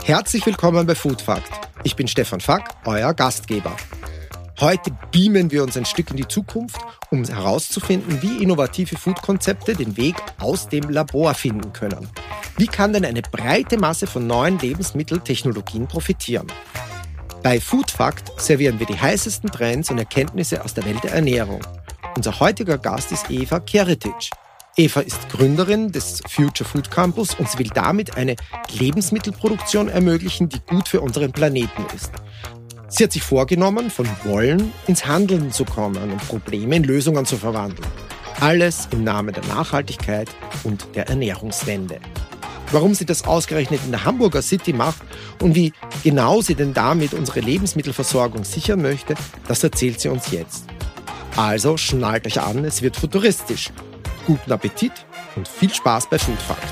Herzlich willkommen bei Food Fact. Ich bin Stefan Fack, euer Gastgeber. Heute beamen wir uns ein Stück in die Zukunft, um herauszufinden, wie innovative Food-Konzepte den Weg aus dem Labor finden können. Wie kann denn eine breite Masse von neuen Lebensmitteltechnologien profitieren? Bei Food Fact servieren wir die heißesten Trends und Erkenntnisse aus der Welt der Ernährung. Unser heutiger Gast ist Eva Keritic. Eva ist Gründerin des Future Food Campus und sie will damit eine Lebensmittelproduktion ermöglichen, die gut für unseren Planeten ist. Sie hat sich vorgenommen, von Wollen ins Handeln zu kommen und Probleme in Lösungen zu verwandeln. Alles im Namen der Nachhaltigkeit und der Ernährungswende. Warum sie das ausgerechnet in der Hamburger City macht und wie genau sie denn damit unsere Lebensmittelversorgung sichern möchte, das erzählt sie uns jetzt. Also schnallt euch an, es wird futuristisch. Guten Appetit und viel Spaß bei Food Fact.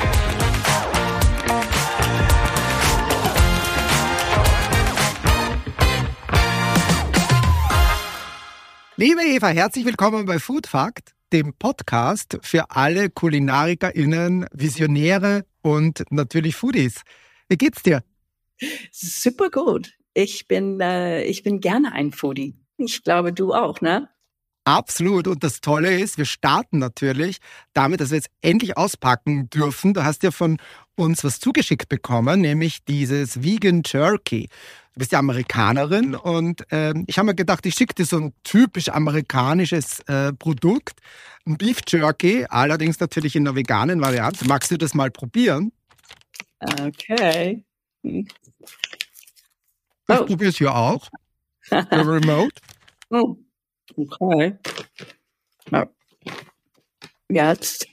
Liebe Eva, herzlich willkommen bei Food Fact, dem Podcast für alle KulinarikerInnen, Visionäre und natürlich Foodies. Wie geht's dir? Super gut. Ich bin gerne ein Foodie. Ich glaube, du auch, ne? Absolut. Und das Tolle ist, wir starten natürlich damit, dass wir jetzt endlich auspacken dürfen. Du hast ja von uns was zugeschickt bekommen, nämlich dieses Vegan Jerky. Du bist ja Amerikanerin und ich habe mir gedacht, ich schicke dir so ein typisch amerikanisches Produkt, ein Beef Jerky, allerdings natürlich in einer veganen Variante. Magst du das mal probieren? Okay. Ich probiere es hier auch. Der Remote. Oh, okay. Ja. Jetzt.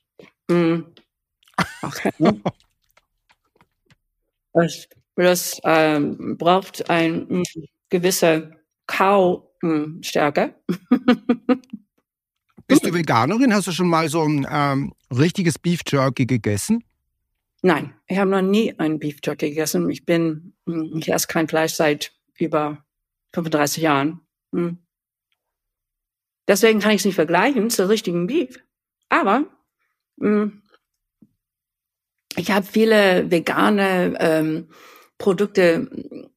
Okay. Das braucht ein gewisse Kaustärke. Bist du Veganerin? Hast du schon mal so ein richtiges Beef Jerky gegessen? Nein, ich habe noch nie ein Beef Jerky gegessen. Ich esse kein Fleisch seit über 35 Jahren. Deswegen kann ich es nicht vergleichen zu richtigen Beef. Aber ich habe viele vegane Produkte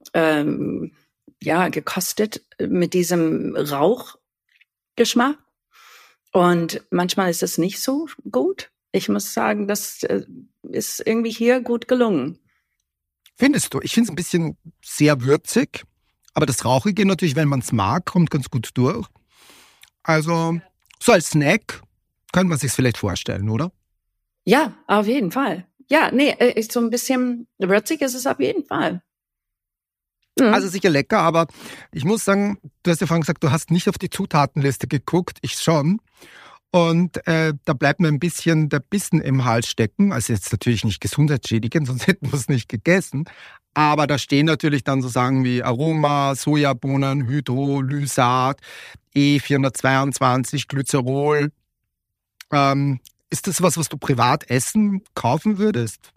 gekostet mit diesem Rauchgeschmack. Und manchmal ist es nicht so gut. Ich muss sagen, das ist irgendwie hier gut gelungen. Findest du? Ich finde es ein bisschen sehr würzig. Aber das Rauchige natürlich, wenn man es mag, kommt ganz gut durch. Also so als Snack könnte man sich vielleicht vorstellen, oder? Ja, auf jeden Fall. Ja, nee, so ein bisschen würzig ist es auf jeden Fall. Also sicher lecker, aber ich muss sagen, du hast ja vorhin gesagt, du hast nicht auf die Zutatenliste geguckt, ich schon. Und da bleibt mir ein bisschen der Bissen im Hals stecken. Also jetzt natürlich nicht gesundheitsschädigend, sonst hätten wir es nicht gegessen. Aber da stehen natürlich dann so Sachen wie Aroma, Sojabohnen, Hydrolysat, E422, Glycerol. Ist das was du privat kaufen würdest?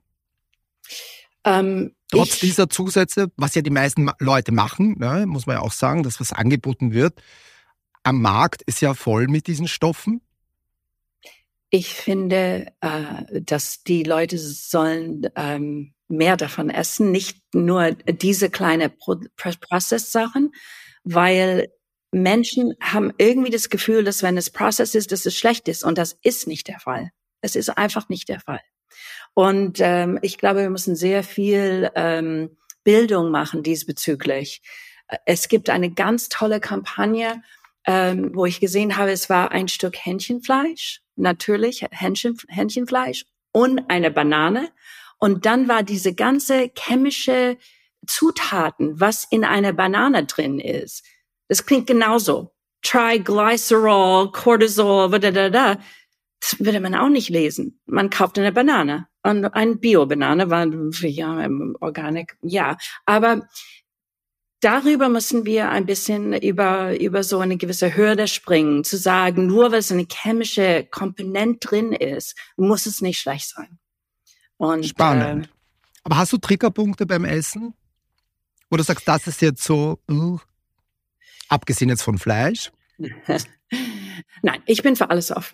Trotz dieser Zusätze, was ja die meisten Leute machen, ne, muss man ja auch sagen, das, was angeboten wird, am Markt ist ja voll mit diesen Stoffen. Ich finde, dass die Leute sollen mehr davon essen, nicht nur diese kleine Process-Sachen, weil Menschen haben irgendwie das Gefühl, dass wenn es Process ist, dass es schlecht ist. Und das ist nicht der Fall. Es ist einfach nicht der Fall. Und ich glaube, wir müssen sehr viel Bildung machen diesbezüglich. Es gibt eine ganz tolle Kampagne, wo ich gesehen habe, es war ein Stück Hähnchenfleisch, natürlich Hähnchenfleisch und eine Banane. Und dann war diese ganze chemische Zutaten, was in einer Banane drin ist. Das klingt genauso. Triglycerol, Cortisol, da. Das würde man auch nicht lesen. Man kauft eine Banane. Und eine Bio-Banane war, ja, Organic, ja. Aber darüber müssen wir ein bisschen über so eine gewisse Hürde springen, zu sagen, nur weil es eine chemische Komponente drin ist, muss es nicht schlecht sein. Und, spannend. Aber hast du Triggerpunkte beim Essen? Oder sagst, das ist jetzt so, abgesehen jetzt von Fleisch? Nein, ich bin für alles offen.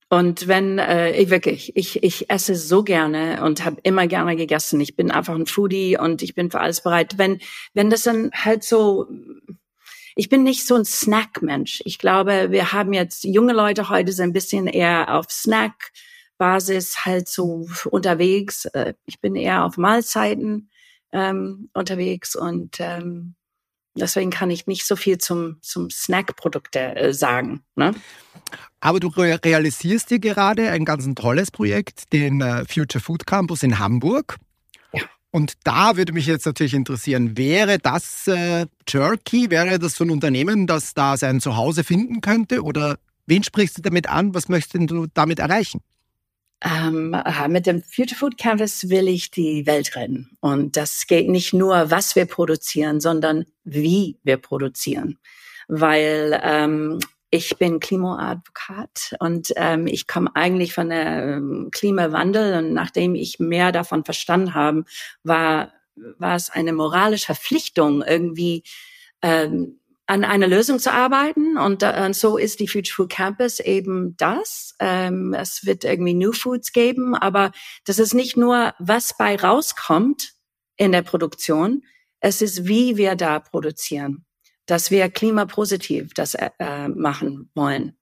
Und wenn ich esse so gerne und habe immer gerne gegessen. Ich bin einfach ein Foodie und ich bin für alles bereit. Wenn das dann halt so, ich bin nicht so ein Snack-Mensch. Ich glaube, wir haben jetzt junge Leute heute so ein bisschen eher auf Snack-Basis halt so unterwegs. Ich bin eher auf Mahlzeiten unterwegs und deswegen kann ich nicht so viel zum Snack-Produkte sagen, ne? Aber du realisierst dir gerade ein ganz tolles Projekt, den Future Food Campus in Hamburg. Ja. Und da würde mich jetzt natürlich interessieren, wäre das Jerky, wäre das so ein Unternehmen, das da sein Zuhause finden könnte? Oder wen sprichst du damit an? Was möchtest du damit erreichen? Mit dem Future Food Campus will ich die Welt retten. Und das geht nicht nur, was wir produzieren, sondern wie wir produzieren. Weil ich bin Klimaadvokat und ich komme eigentlich von der Klimawandel. Und nachdem ich mehr davon verstanden habe, war es eine moralische Verpflichtung, irgendwie an einer Lösung zu arbeiten. Und so ist die Future Food Campus eben das. Es wird irgendwie New Foods geben, aber das ist nicht nur, was bei rauskommt in der Produktion. Es ist, wie wir da produzieren, dass wir klimapositiv das machen wollen.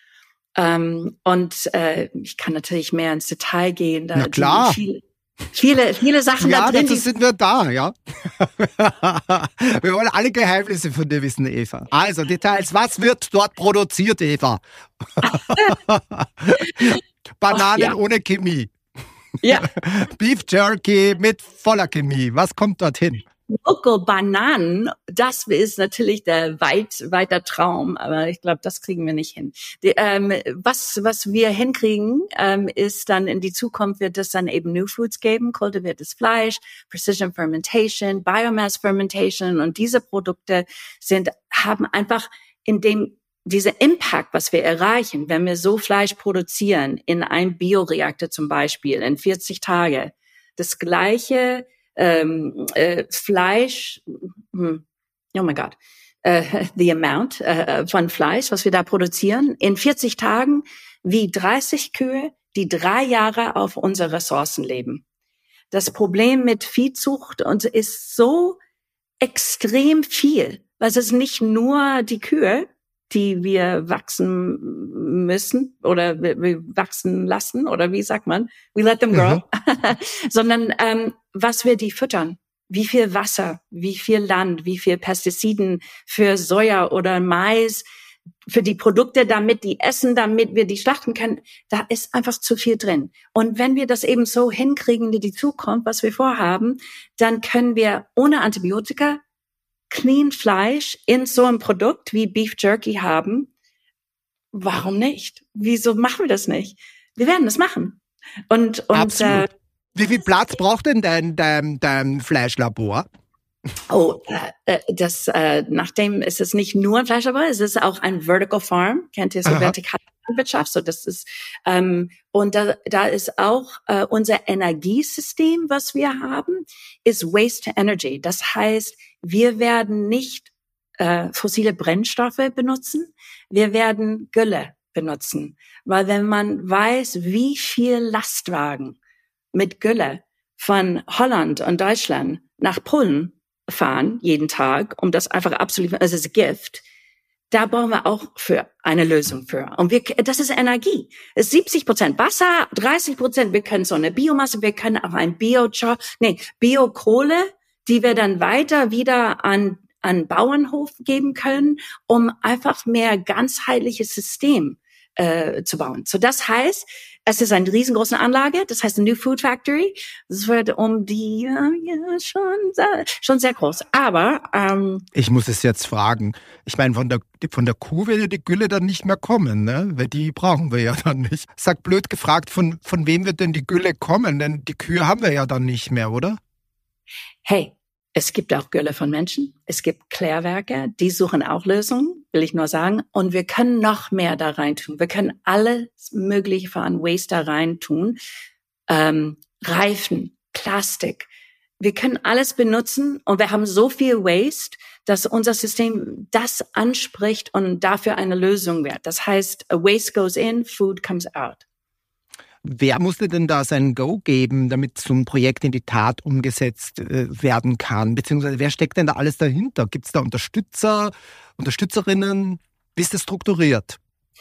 Ich kann natürlich mehr ins Detail gehen. Na klar. Viele Sachen ja, da drin. Ja, dazu sind wir da, ja. Wir wollen alle Geheimnisse von dir wissen, Eva. Also Details, was wird dort produziert, Eva? Bananen ohne Chemie. Ja. Beef Jerky mit voller Chemie. Was kommt dorthin? Local Bananen, das ist natürlich der weiter Traum, aber ich glaube, das kriegen wir nicht hin. Was wir hinkriegen, ist dann in die Zukunft wird es dann eben New Foods geben, kultiviertes Fleisch, Precision Fermentation, Biomass Fermentation und diese Produkte haben einfach dieser Impact, was wir erreichen, wenn wir so Fleisch produzieren in einem Bioreaktor zum Beispiel in 40 Tage, das gleiche Fleisch, oh mein Gott, the amount von Fleisch, was wir da produzieren, in 40 Tagen wie 30 Kühe, die 3 Jahre auf unsere Ressourcen leben. Das Problem mit Viehzucht ist so extrem viel, weil es ist nicht nur die Kühe, die wir wachsen müssen oder wir wachsen lassen oder wie sagt man, we let them grow, sondern was wir die füttern, wie viel Wasser, wie viel Land, wie viel Pestiziden für Soja oder Mais, für die Produkte, damit die essen, damit wir die schlachten können, da ist einfach zu viel drin. Und wenn wir das eben so hinkriegen in die Zukunft, was wir vorhaben, dann können wir ohne Antibiotika clean Fleisch in so einem Produkt wie Beef Jerky haben. Warum nicht? Wieso machen wir das nicht? Wir werden das machen. Und wie viel Platz braucht denn dein Fleischlabor? Nachdem ist es nicht nur ein Fleischlabor, es ist auch ein Vertical Farm. Kennt ihr so vertikale Landwirtschaft? So das ist und da ist auch unser Energiesystem, was wir haben, ist Waste to Energy. Das heißt, wir werden nicht fossile Brennstoffe benutzen, wir werden Gülle benutzen, weil wenn man weiß, wie viel Lastwagen mit Gülle von Holland und Deutschland nach Polen fahren jeden Tag, um das einfach abzuliefern, also es ist Gift. Da brauchen wir auch für eine Lösung für. Und das ist Energie. Es ist 70% Wasser, 30%, wir können so eine Biomasse, wir können auch ein Biokohle, die wir dann weiter wieder an Bauernhof geben können, um einfach mehr ganzheitliches System zu bauen. So das heißt, es ist eine riesengroße Anlage, das heißt eine New Food Factory. Das wird schon sehr groß. Aber ich muss es jetzt fragen. Ich meine, von der Kuh wird ja die Gülle dann nicht mehr kommen, ne? Weil die brauchen wir ja dann nicht. Sag blöd gefragt, von wem wird denn die Gülle kommen? Denn die Kühe haben wir ja dann nicht mehr, oder? Hey, es gibt auch Gülle von Menschen. Es gibt Klärwerke, die suchen auch Lösungen, will ich nur sagen. Und wir können noch mehr da rein tun. Wir können alles Mögliche von Waste da rein tun. Reifen, Plastik. Wir können alles benutzen und wir haben so viel Waste, dass unser System das anspricht und dafür eine Lösung wird. Das heißt, waste goes in, food comes out. Wer musste denn da sein Go geben, damit so ein Projekt in die Tat umgesetzt werden kann? Beziehungsweise wer steckt denn da alles dahinter? Gibt es da Unterstützer, Unterstützerinnen? Wie ist das strukturiert?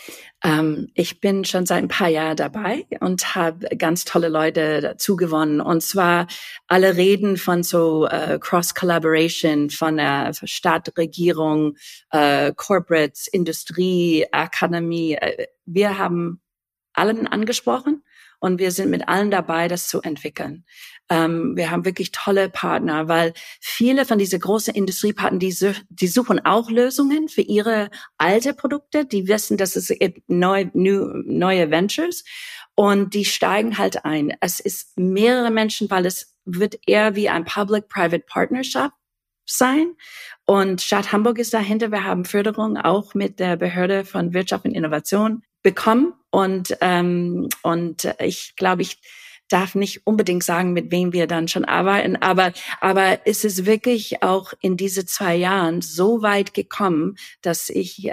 Ich bin schon seit ein paar Jahren dabei und habe ganz tolle Leute dazu gewonnen. Und zwar alle reden von so Cross-Collaboration von der Stadt, Regierung, Corporates, Industrie, Akademie. Wir haben allen angesprochen und wir sind mit allen dabei, das zu entwickeln. Wir haben wirklich tolle Partner, weil viele von diesen großen Industriepartnern, die suchen auch Lösungen für ihre alte Produkte. Die wissen, dass es neue Ventures und die steigen halt ein. Es ist mehrere Menschen, weil es wird eher wie ein Public-Private Partnership sein. Und Stadt Hamburg ist dahinter. Wir haben Förderung auch mit der Behörde von Wirtschaft und Innovation bekommen. Und ich glaube, ich darf nicht unbedingt sagen, mit wem wir dann schon arbeiten, aber es ist wirklich auch in diese 2 Jahren so weit gekommen, dass ich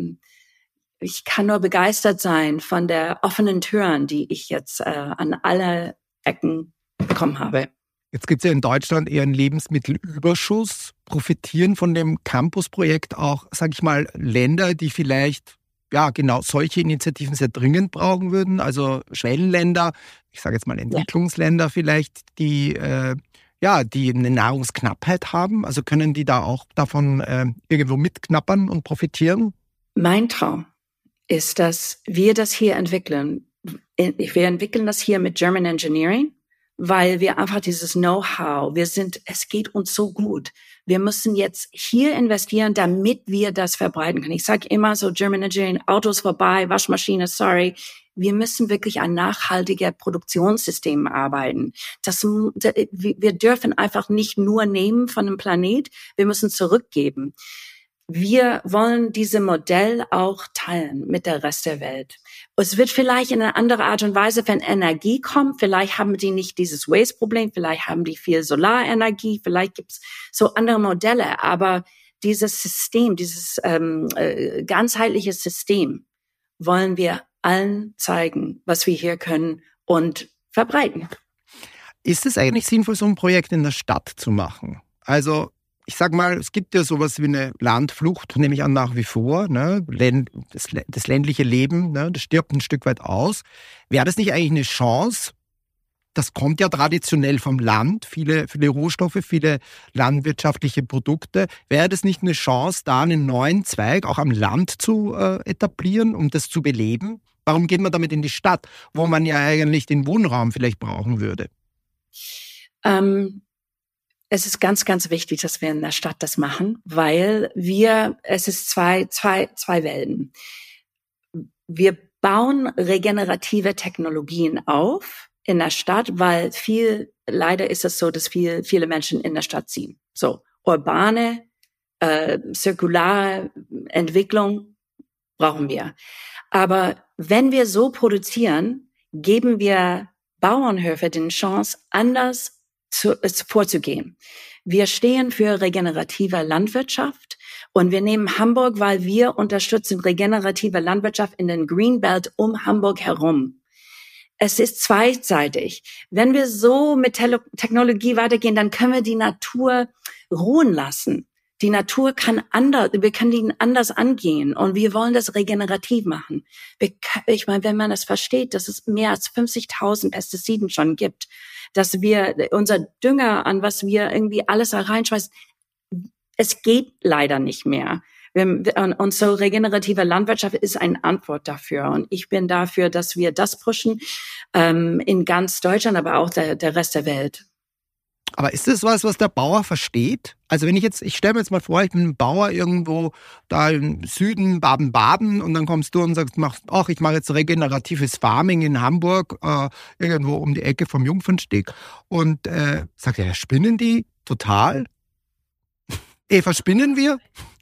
kann nur begeistert sein von der offenen Türen, die ich jetzt an alle Ecken bekommen habe. Jetzt gibt es ja in Deutschland eher einen Lebensmittelüberschuss. Profitieren von dem Campus-Projekt auch, sage ich mal, Länder, die vielleicht genau solche Initiativen sehr dringend brauchen würden? Also Schwellenländer, ich sage jetzt mal Entwicklungsländer vielleicht, die eine Nahrungsknappheit haben. Also können die da auch davon irgendwo mitknappern und profitieren? Mein Traum ist, dass wir das hier entwickeln. Wir entwickeln das hier mit German Engineering, weil wir einfach dieses Know-how, es geht uns so gut. Wir müssen jetzt hier investieren, damit wir das verbreiten können. Ich sage immer so, German Engineering, Autos vorbei, Waschmaschine, sorry. Wir müssen wirklich ein nachhaltiger Produktionssystem arbeiten. Wir dürfen einfach nicht nur nehmen von dem Planet, wir müssen zurückgeben. Wir wollen dieses Modell auch teilen mit der Rest der Welt. Es wird vielleicht in eine andere Art und Weise, wenn Energie kommt, vielleicht haben die nicht dieses Waste-Problem, vielleicht haben die viel Solarenergie, vielleicht gibt's so andere Modelle, aber dieses System, dieses ganzheitliche System wollen wir allen zeigen, was wir hier können und verbreiten. Ist es eigentlich sinnvoll, so ein Projekt in der Stadt zu machen? Also ich sag mal, es gibt ja sowas wie eine Landflucht, nehme ich an, nach wie vor. Ne? Das ländliche Leben, ne? Das stirbt ein Stück weit aus. Wäre das nicht eigentlich eine Chance? Das kommt ja traditionell vom Land, viele Rohstoffe, viele landwirtschaftliche Produkte. Wäre das nicht eine Chance, da einen neuen Zweig auch am Land zu etablieren, um das zu beleben? Warum geht man damit in die Stadt, wo man ja eigentlich den Wohnraum vielleicht brauchen würde? Es ist ganz, ganz wichtig, dass wir in der Stadt das machen, weil es ist zwei Welten. Wir bauen regenerative Technologien auf in der Stadt, weil leider ist es so, dass viele Menschen in der Stadt ziehen. So, urbane, zirkulare Entwicklung brauchen wir. Aber wenn wir so produzieren, geben wir Bauernhöfe die Chance, anders vorzugehen. Wir stehen für regenerative Landwirtschaft und wir nehmen Hamburg, weil wir unterstützen regenerative Landwirtschaft in den Greenbelt um Hamburg herum. Es ist zweiseitig. Wenn wir so mit Technologie weitergehen, dann können wir die Natur ruhen lassen. Die Natur wir können die anders angehen und wir wollen das regenerativ machen. Ich meine, wenn man es versteht, dass es mehr als 50.000 Pestiziden schon gibt, dass wir unser Dünger, an was wir irgendwie alles da reinschmeißen, es geht leider nicht mehr. Und so regenerative Landwirtschaft ist eine Antwort dafür. Und ich bin dafür, dass wir das pushen in ganz Deutschland, aber auch der Rest der Welt. Aber ist das was der Bauer versteht? Also ich stelle mir jetzt mal vor, ich bin ein Bauer irgendwo da im Süden, Baden-Baden, und dann kommst du und sagst, ich mache jetzt regeneratives Farming in Hamburg, irgendwo um die Ecke vom Jungfernsteg. Und sagt ja, spinnen die total? Eva, spinnen wir?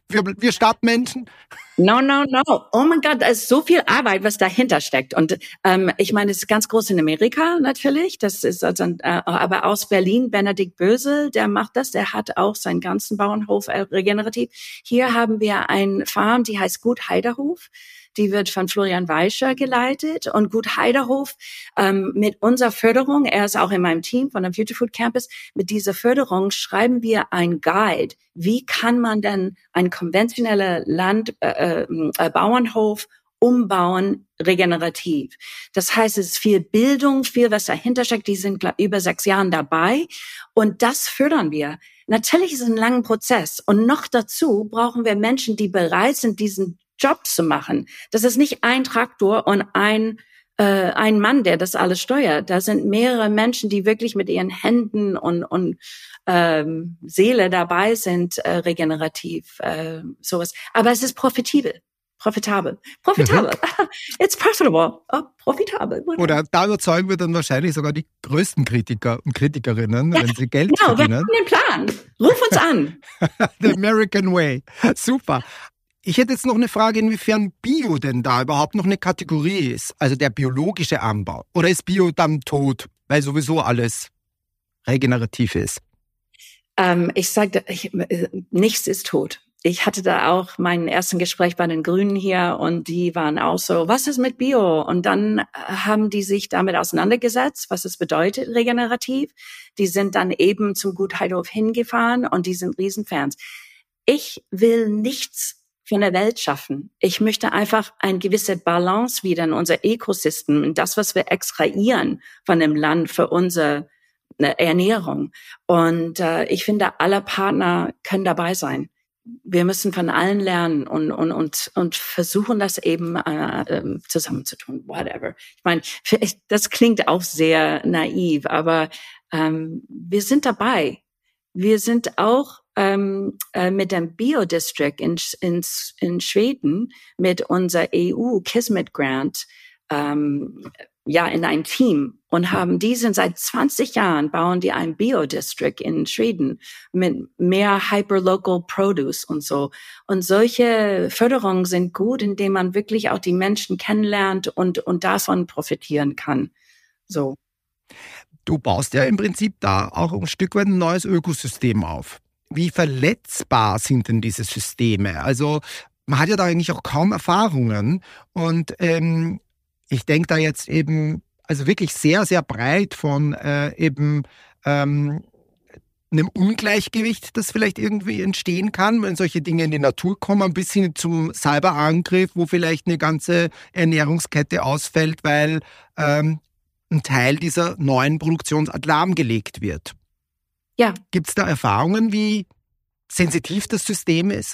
wir Stadtmenschen? No. Oh mein Gott, da ist so viel Arbeit, was dahinter steckt. Und ich meine, es ist ganz groß in Amerika natürlich. Das ist also, aber aus Berlin, Benedikt Bösel, der macht das. Der hat auch seinen ganzen Bauernhof regenerativ. Hier haben wir eine Farm, die heißt Gut Heiderhof. Die wird von Florian Weischer geleitet. Und Gut Heiderhof mit unserer Förderung, er ist auch in meinem Team von dem Future Food Campus, mit dieser Förderung schreiben wir ein Guide. Wie kann man denn ein konventioneller Bauernhof umbauen regenerativ? Das heißt, es ist viel Bildung, viel, was dahinter steckt. Die sind über 6 Jahren dabei. Und das fördern wir. Natürlich ist es ein langer Prozess. Und noch dazu brauchen wir Menschen, die bereit sind, diesen Job zu machen. Das ist nicht ein Traktor und ein Mann, der das alles steuert. Da sind mehrere Menschen, die wirklich mit ihren Händen und Seele dabei sind, regenerativ, sowas. Aber es ist profitabel. It's profitable. Oh, profitabel. Oder da überzeugen wir dann wahrscheinlich sogar die größten Kritiker und Kritikerinnen, wenn sie Geld verdienen. Genau, wir haben den Plan. Ruf uns an. The American Way. Super. Ich hätte jetzt noch eine Frage, inwiefern Bio denn da überhaupt noch eine Kategorie ist, also der biologische Anbau. Oder ist Bio dann tot, weil sowieso alles regenerativ ist? Ich sage, nichts ist tot. Ich hatte da auch meinen ersten Gespräch bei den Grünen hier und die waren auch so, was ist mit Bio? Und dann haben die sich damit auseinandergesetzt, was es bedeutet, regenerativ. Die sind dann eben zum Gut Heiderhof hingefahren und die sind Riesenfans. Ich will nichts von der Welt schaffen. Ich möchte einfach eine gewisse Balance wieder in unser Ökosystem, in das, was wir extrahieren von dem Land für unsere Ernährung. Und ich finde, alle Partner können dabei sein. Wir müssen von allen lernen und versuchen, das eben zusammenzutun. Whatever. Ich meine, das klingt auch sehr naiv, aber wir sind dabei. Wir sind auch mit dem Biodistrict in Schweden mit unserer EU Kismet Grant in ein Team und haben diesen seit 20 Jahren bauen die ein Biodistrict in Schweden mit mehr Hyperlocal Produce und so. Und solche Förderungen sind gut, indem man wirklich auch die Menschen kennenlernt und davon profitieren kann. So. Du baust ja im Prinzip da auch ein Stück weit ein neues Ökosystem auf. Wie verletzbar sind denn diese Systeme? Also man hat ja da eigentlich auch kaum Erfahrungen und ich denke da jetzt eben also wirklich sehr, sehr breit von einem Ungleichgewicht, das vielleicht irgendwie entstehen kann, wenn solche Dinge in die Natur kommen, bis hin zum Cyberangriff, wo vielleicht eine ganze Ernährungskette ausfällt, weil ein Teil dieser neuen Produktionsart lahmgelegt wird. Ja. Gibt es da Erfahrungen, wie sensitiv das System ist?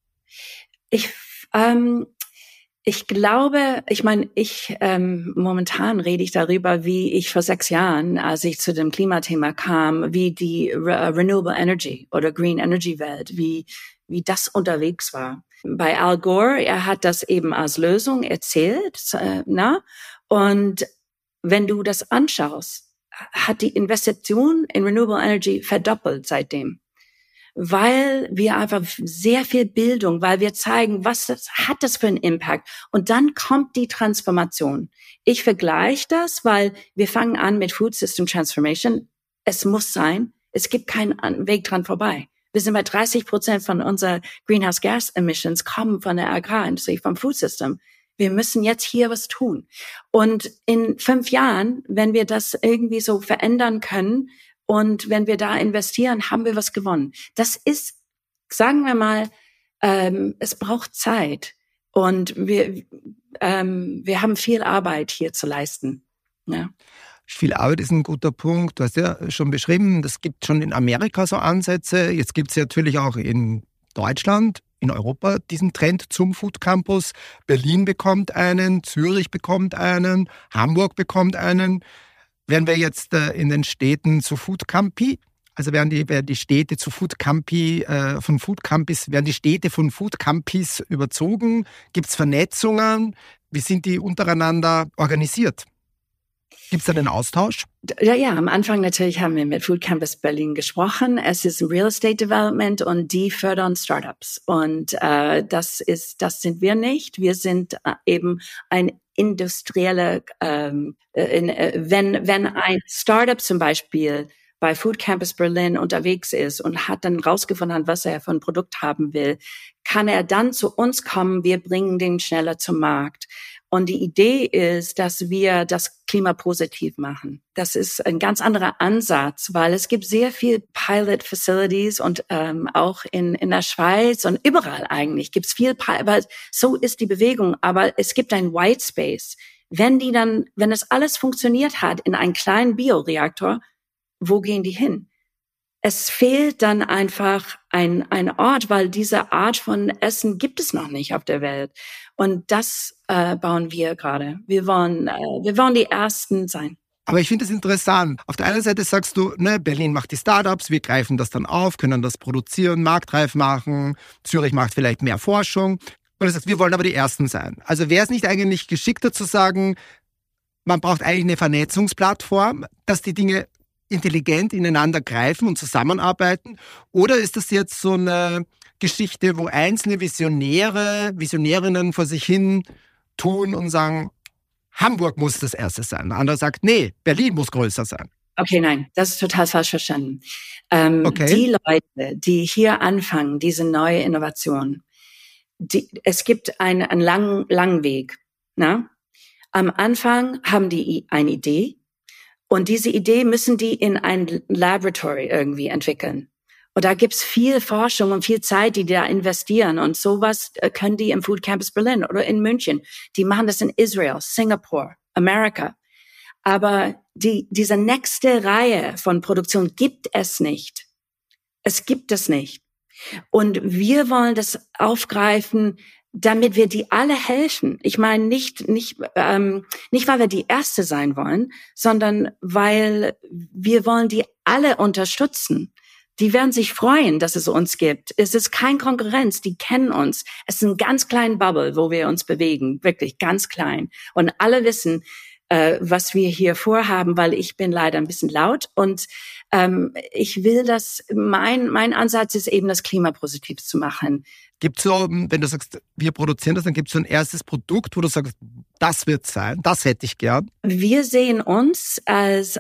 Ich glaube, momentan rede ich darüber, wie ich vor 6 Jahren, als ich zu dem Klimathema kam, wie die Renewable Energy oder Green Energy Welt, wie das unterwegs war. Bei Al Gore, er hat das eben als Lösung erzählt, und wenn du das anschaust, hat die Investition in Renewable Energy verdoppelt seitdem. Weil wir einfach sehr viel Bildung, weil wir zeigen, hat das für einen Impact. Und dann kommt die Transformation. Ich vergleiche das, weil wir fangen an mit Food System Transformation. Es muss sein. Es gibt keinen Weg dran vorbei. Wir sind bei 30% von unserer Greenhouse Gas Emissions kommen von der Agrarindustrie, vom Food System. Wir müssen jetzt hier was tun. Und in 5 Jahren, wenn wir das irgendwie so verändern können und wenn wir da investieren, haben wir was gewonnen. Das ist, sagen wir mal, es braucht Zeit. Und wir haben viel Arbeit hier zu leisten. Ja. Viel Arbeit ist ein guter Punkt. Du hast ja schon beschrieben, das gibt schon in Amerika so Ansätze. Jetzt gibt es natürlich auch in Deutschland, in Europa diesen Trend zum Food Campus. Berlin bekommt einen, Zürich bekommt einen, Hamburg bekommt einen. Werden wir jetzt in den Städten zu Food Campi? Also werden die Städte zu Food Campi, werden die Städte von Food Campis überzogen? Gibt es Vernetzungen? Wie sind die untereinander organisiert? Gibt es da den Austausch? Ja, am Anfang natürlich haben wir mit Food Campus Berlin gesprochen. Es ist Real Estate Development und die fördern Startups. Und das sind wir nicht. Wir sind eben ein industrieller, wenn ein Startup zum Beispiel bei Food Campus Berlin unterwegs ist und hat dann rausgefunden, was er für ein Produkt haben will, kann er dann zu uns kommen. Wir bringen den schneller zum Markt. Und die Idee ist, dass wir das klimapositiv machen. Das ist ein ganz anderer Ansatz, weil es gibt sehr viel Pilot Facilities und auch in der Schweiz und überall eigentlich gibt's viel, aber so ist die Bewegung. Aber es gibt ein White Space. Wenn es alles funktioniert hat in einem kleinen Bioreaktor, wo gehen die hin? Es fehlt dann einfach ein Ort, weil diese Art von Essen gibt es noch nicht auf der Welt. Und das bauen wir gerade. Wir wollen die Ersten sein. Aber ich finde es interessant. Auf der einen Seite sagst du, Berlin macht die Startups, wir greifen das dann auf, können das produzieren, marktreif machen. Zürich macht vielleicht mehr Forschung. Und du sagst, wir wollen aber die Ersten sein. Also wäre es nicht eigentlich geschickter zu sagen, man braucht eigentlich eine Vernetzungsplattform, dass die Dinge intelligent ineinander greifen und zusammenarbeiten? Oder ist das jetzt so eine Geschichte, wo einzelne Visionärinnen vor sich hin tun und sagen, Hamburg muss das Erste sein? Der andere sagt, nee, Berlin muss größer sein. Okay, nein, das ist total falsch verstanden. Okay. Die Leute, die hier anfangen, diese neue Innovation, es gibt einen langen Weg. Na? Am Anfang haben die eine Idee. Und diese Idee müssen die in ein Laboratory irgendwie entwickeln. Und da gibt's viel Forschung und viel Zeit, die da investieren. Und sowas können die im Food Campus Berlin oder in München. Die machen das in Israel, Singapur, Amerika. Aber diese nächste Reihe von Produktion gibt es nicht. Es gibt es nicht. Und wir wollen das aufgreifen, damit wir die alle helfen. Ich meine nicht, weil wir die Erste sein wollen, sondern weil wir wollen die alle unterstützen. Die werden sich freuen, dass es uns gibt. Es ist kein Konkurrenz, die kennen uns. Es ist ein ganz kleiner Bubble, wo wir uns bewegen, wirklich ganz klein. Und alle wissen, was wir hier vorhaben, weil ich bin leider ein bisschen laut und ich will mein Ansatz ist eben, das klimapositiv zu machen. Gibt es so, wenn du sagst, wir produzieren das, dann gibt es so ein erstes Produkt, wo du sagst, das wird sein, das hätte ich gern? Wir sehen uns als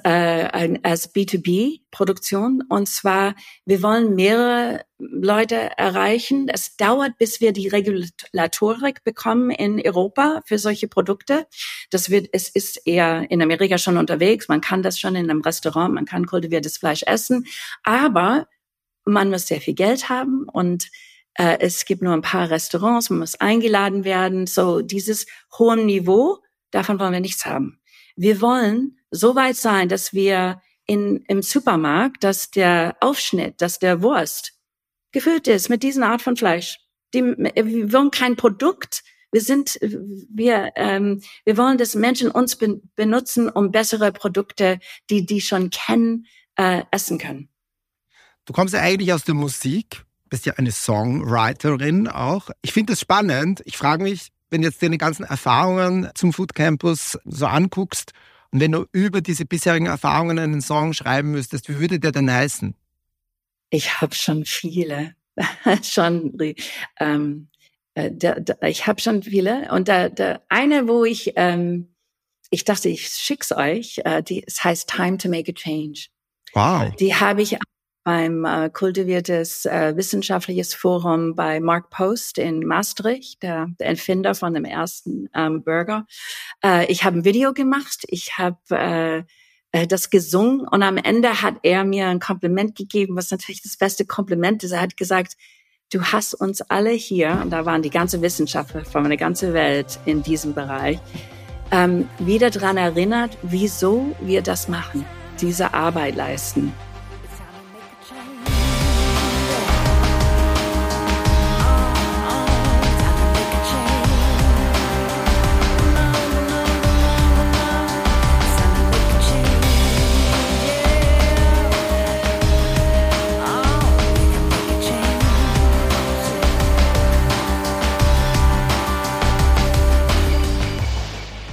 B2B-Produktion und zwar, wir wollen mehrere Leute erreichen. Es dauert, bis wir die Regulatorik bekommen in Europa für solche Produkte. Es ist eher in Amerika schon unterwegs. Man kann das schon in einem Restaurant, man kann kultiviertes Fleisch essen, aber man muss sehr viel Geld haben und es gibt nur ein paar Restaurants, man muss eingeladen werden. So dieses hohe Niveau, davon wollen wir nichts haben. Wir wollen so weit sein, dass wir im Supermarkt, dass der Aufschnitt, dass der Wurst gefüllt ist mit diesen Art von Fleisch. Wir wollen kein Produkt. Wir wollen, dass Menschen uns benutzen, um bessere Produkte, die schon kennen, essen können. Du kommst ja eigentlich aus der Musik. Bist ja eine Songwriterin auch. Ich finde das spannend. Ich frage mich, wenn du jetzt deine ganzen Erfahrungen zum Food Campus so anguckst und wenn du über diese bisherigen Erfahrungen einen Song schreiben müsstest, wie würde der denn heißen? Ich habe schon viele. Ich habe schon viele. Und der eine, wo ich dachte, ich schick's euch, es heißt Time to Make a Change. Wow. Die habe ich beim kultiviertes wissenschaftliches Forum bei Mark Post in Maastricht, der Erfinder von dem ersten Burger. Ich habe ein Video gemacht, ich habe das gesungen und am Ende hat er mir ein Kompliment gegeben, was natürlich das beste Kompliment ist. Er hat gesagt, du hast uns alle hier, und da waren die ganze Wissenschaftler von der ganzen Welt in diesem Bereich, wieder dran erinnert, wieso wir das machen, diese Arbeit leisten.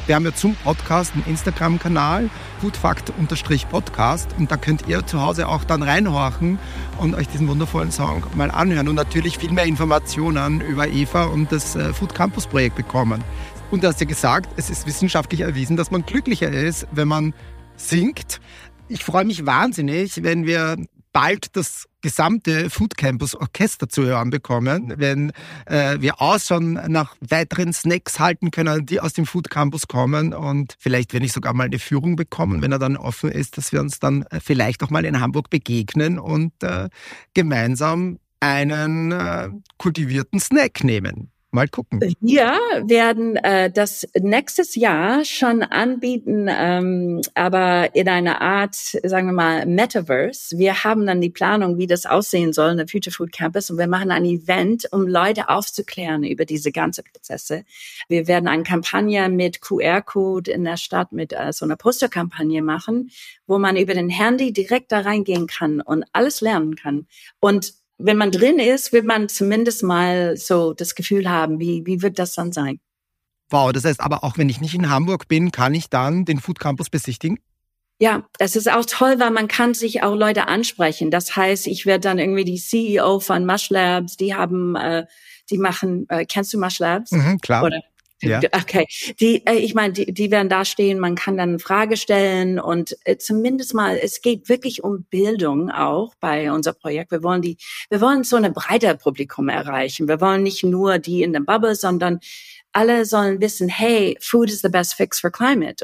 Wir haben ja zum Podcast einen Instagram-Kanal, foodfakt_podcast, und da könnt ihr zu Hause auch dann reinhorchen und euch diesen wundervollen Song mal anhören und natürlich viel mehr Informationen über Eva und das Food Campus Projekt bekommen. Und du hast ja gesagt, es ist wissenschaftlich erwiesen, dass man glücklicher ist, wenn man singt. Ich freue mich wahnsinnig, wenn wir bald das gesamte Food Campus Orchester zu hören bekommen, wenn wir Ausschau nach weiteren Snacks halten können, die aus dem Food Campus kommen, und vielleicht, wenn ich sogar mal eine Führung bekommen, wenn er dann offen ist, dass wir uns dann vielleicht auch mal in Hamburg begegnen und gemeinsam einen kultivierten Snack nehmen. Mal gucken. Wir werden das nächstes Jahr schon anbieten, aber in einer Art, sagen wir mal, Metaverse. Wir haben dann die Planung, wie das aussehen soll, in der Future Food Campus, und wir machen ein Event, um Leute aufzuklären über diese ganzen Prozesse. Wir werden eine Kampagne mit QR-Code in der Stadt, mit so einer Posterkampagne machen, wo man über den Handy direkt da reingehen kann und alles lernen kann. Und wenn man drin ist, wird man zumindest mal so das Gefühl haben, wie wird das dann sein? Wow, das heißt aber auch, wenn ich nicht in Hamburg bin, kann ich dann den Food Campus besichtigen? Ja, es ist auch toll, weil man kann sich auch Leute ansprechen. Das heißt, ich werde dann irgendwie die CEO von Mush Labs, die machen, kennst du Mush Labs? Klar. Oder? Ja. Okay. Die werden da stehen, man kann dann eine Frage stellen, und zumindest mal, es geht wirklich um Bildung auch bei unser Projekt. Wir wollen so eine breite Publikum erreichen. Wir wollen nicht nur die in der Bubble, sondern alle sollen wissen, hey, Food is the best fix for climate.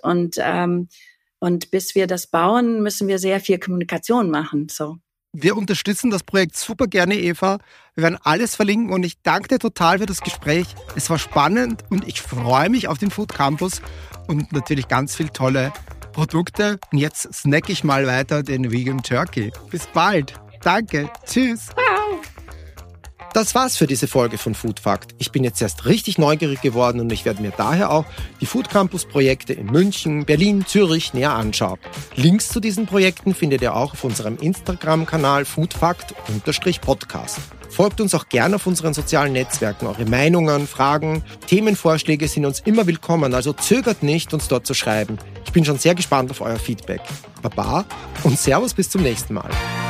Und bis wir das bauen, müssen wir sehr viel Kommunikation machen, so. Wir unterstützen das Projekt super gerne, Eva. Wir werden alles verlinken, und ich danke dir total für das Gespräch. Es war spannend und ich freue mich auf den Food Campus und natürlich ganz viele tolle Produkte. Und jetzt snack ich mal weiter den Vegan Turkey. Bis bald. Danke. Tschüss. Wow. Das war's für diese Folge von Food Fact. Ich bin jetzt erst richtig neugierig geworden, und ich werde mir daher auch die Food Campus Projekte in München, Berlin, Zürich näher anschauen. Links zu diesen Projekten findet ihr auch auf unserem Instagram-Kanal foodfact_podcast. Folgt uns auch gerne auf unseren sozialen Netzwerken. Eure Meinungen, Fragen, Themenvorschläge sind uns immer willkommen, also zögert nicht, uns dort zu schreiben. Ich bin schon sehr gespannt auf euer Feedback. Baba und Servus, bis zum nächsten Mal.